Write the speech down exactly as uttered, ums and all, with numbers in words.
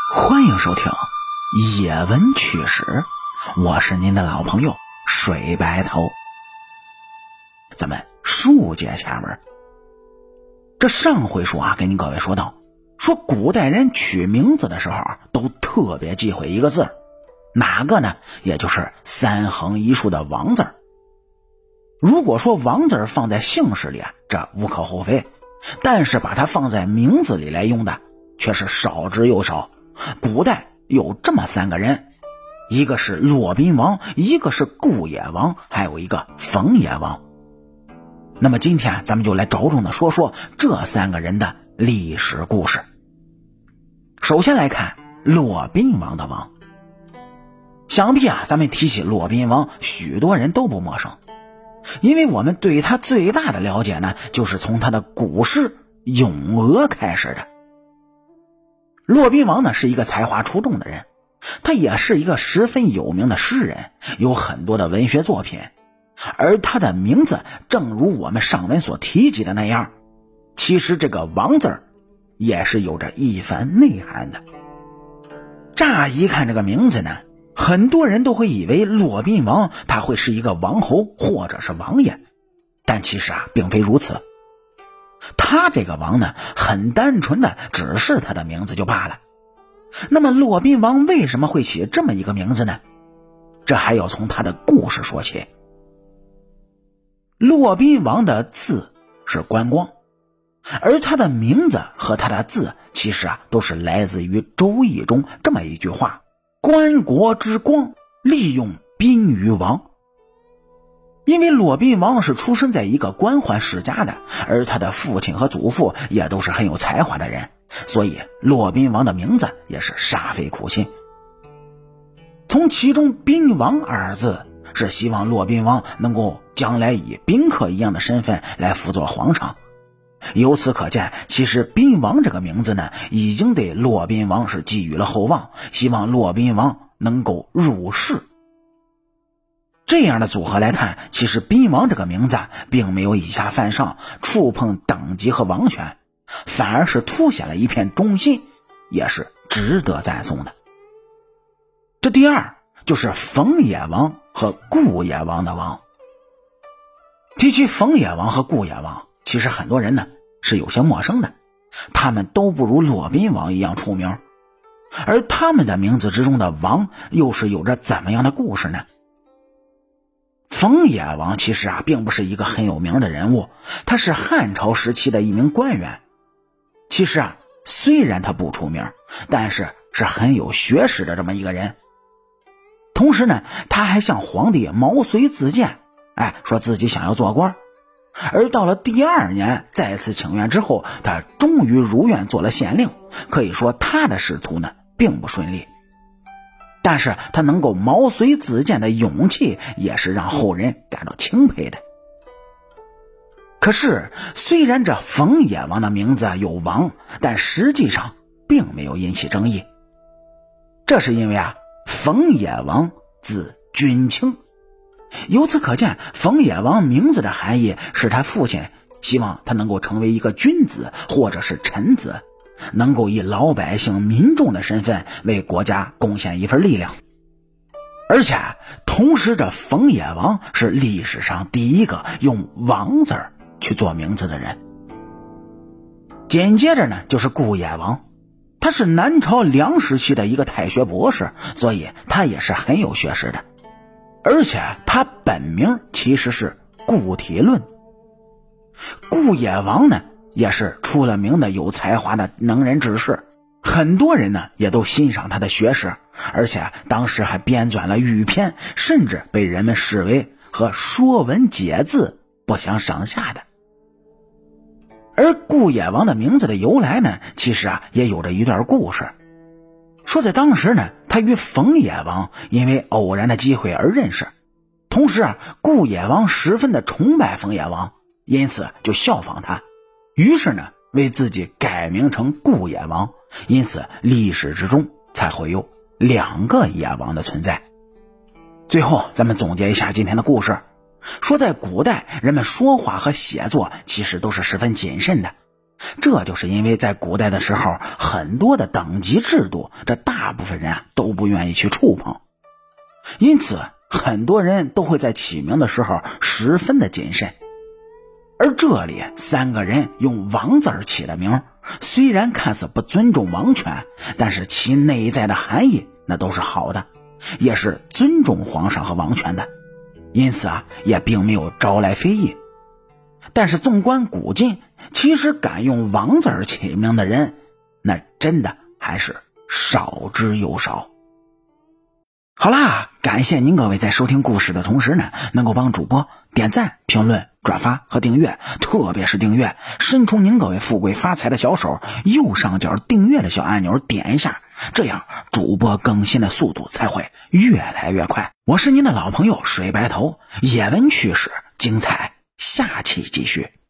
欢迎收听野闻趣史，我是您的老朋友水白头。咱们书接前文，这上回书啊，跟您各位说到，说古代人取名字的时候都特别忌讳一个字，哪个呢？也就是三横一竖的王字。如果说王字放在姓氏里啊，这无可厚非，但是把它放在名字里来用的却是少之又少。古代有这么三个人，一个是骆宾王，一个是顾野王，还有一个冯野王。那么今天咱们就来着重的说说这三个人的历史故事。首先来看骆宾王的王。想必啊，咱们提起骆宾王，许多人都不陌生，因为我们对他最大的了解呢，就是从他的古诗《咏鹅》开始的。骆宾王呢是一个才华出众的人，他也是一个十分有名的诗人，有很多的文学作品。而他的名字正如我们上文所提及的那样，其实这个王字也是有着一番内涵的。乍一看这个名字呢，很多人都会以为骆宾王他会是一个王侯或者是王爷，但其实啊并非如此。他这个王呢，很单纯的只是他的名字就罢了。那么骆宾王为什么会起这么一个名字呢？这还要从他的故事说起。骆宾王的字是观光，而他的名字和他的字其实啊都是来自于《周易》中这么一句话：观国之光，利用宾于王。因为骆宾王是出生在一个官宦世家的，而他的父亲和祖父也都是很有才华的人，所以骆宾王的名字也是煞费苦心。从其中宾王二字是希望骆宾王能够将来以宾客一样的身份来辅佐皇上。由此可见，其实宾王这个名字呢，已经对骆宾王是寄予了厚望，希望骆宾王能够入仕。这样的组合来看，其实宾王这个名字并没有以下犯上，触碰等级和王权，反而是凸显了一片忠心，也是值得赞颂的。这第二就是冯野王和顾野王的王。提起冯野王和顾野王，其实很多人呢是有些陌生的，他们都不如骆宾王一样出名，而他们的名字之中的王又是有着怎么样的故事呢？冯野王其实啊并不是一个很有名的人物，他是汉朝时期的一名官员。其实啊虽然他不出名，但是是很有学识的这么一个人。同时呢，他还向皇帝毛遂自荐，哎，说自己想要做官。而到了第二年再次请愿之后，他终于如愿做了县令。可以说他的仕途呢并不顺利，但是他能够毛遂自荐的勇气也是让后人感到钦佩的。可是虽然这冯野王的名字有王，但实际上并没有引起争议。这是因为啊冯野王字君卿，由此可见，冯野王名字的含义是他父亲希望他能够成为一个君子或者是臣子，能够以老百姓民众的身份为国家贡献一份力量。而且同时这冯野王是历史上第一个用王字去做名字的人。紧接着呢就是顾野王，他是南朝梁时期的一个太学博士，所以他也是很有学识的。而且他本名其实是顾体论。顾野王呢也是出了名的有才华的能人志士，很多人呢也都欣赏他的学识，而且当时还编纂了御篇，甚至被人们视为和《说文解字》不相上下的。而顾野王的名字的由来呢，其实啊也有着一段故事。说在当时呢，他与冯野王因为偶然的机会而认识，同时啊顾野王十分的崇拜冯野王，因此就效仿他，于是呢为自己改名成顾野王，因此历史之中才会有两个野王的存在。最后咱们总结一下今天的故事，说在古代人们说话和写作其实都是十分谨慎的， 这就是因为在古代的时候，很多的等级制度，这大部分人啊都不愿意去触碰，因此很多人都会在起名的时候十分的谨慎。而这里三个人用王字起的名，虽然看似不尊重王权，但是其内在的含义那都是好的，也是尊重皇上和王权的，因此啊也并没有招来非议。但是纵观古今，其实敢用王字起名的人，那真的还是少之又少。好啦，感谢您各位在收听故事的同时呢，能够帮主播点赞、评论、转发和订阅，特别是订阅，伸出您各位富贵发财的小手，右上角订阅的小按钮点一下，这样主播更新的速度才会越来越快。我是您的老朋友水白头，野闻趣事精彩，下期继续。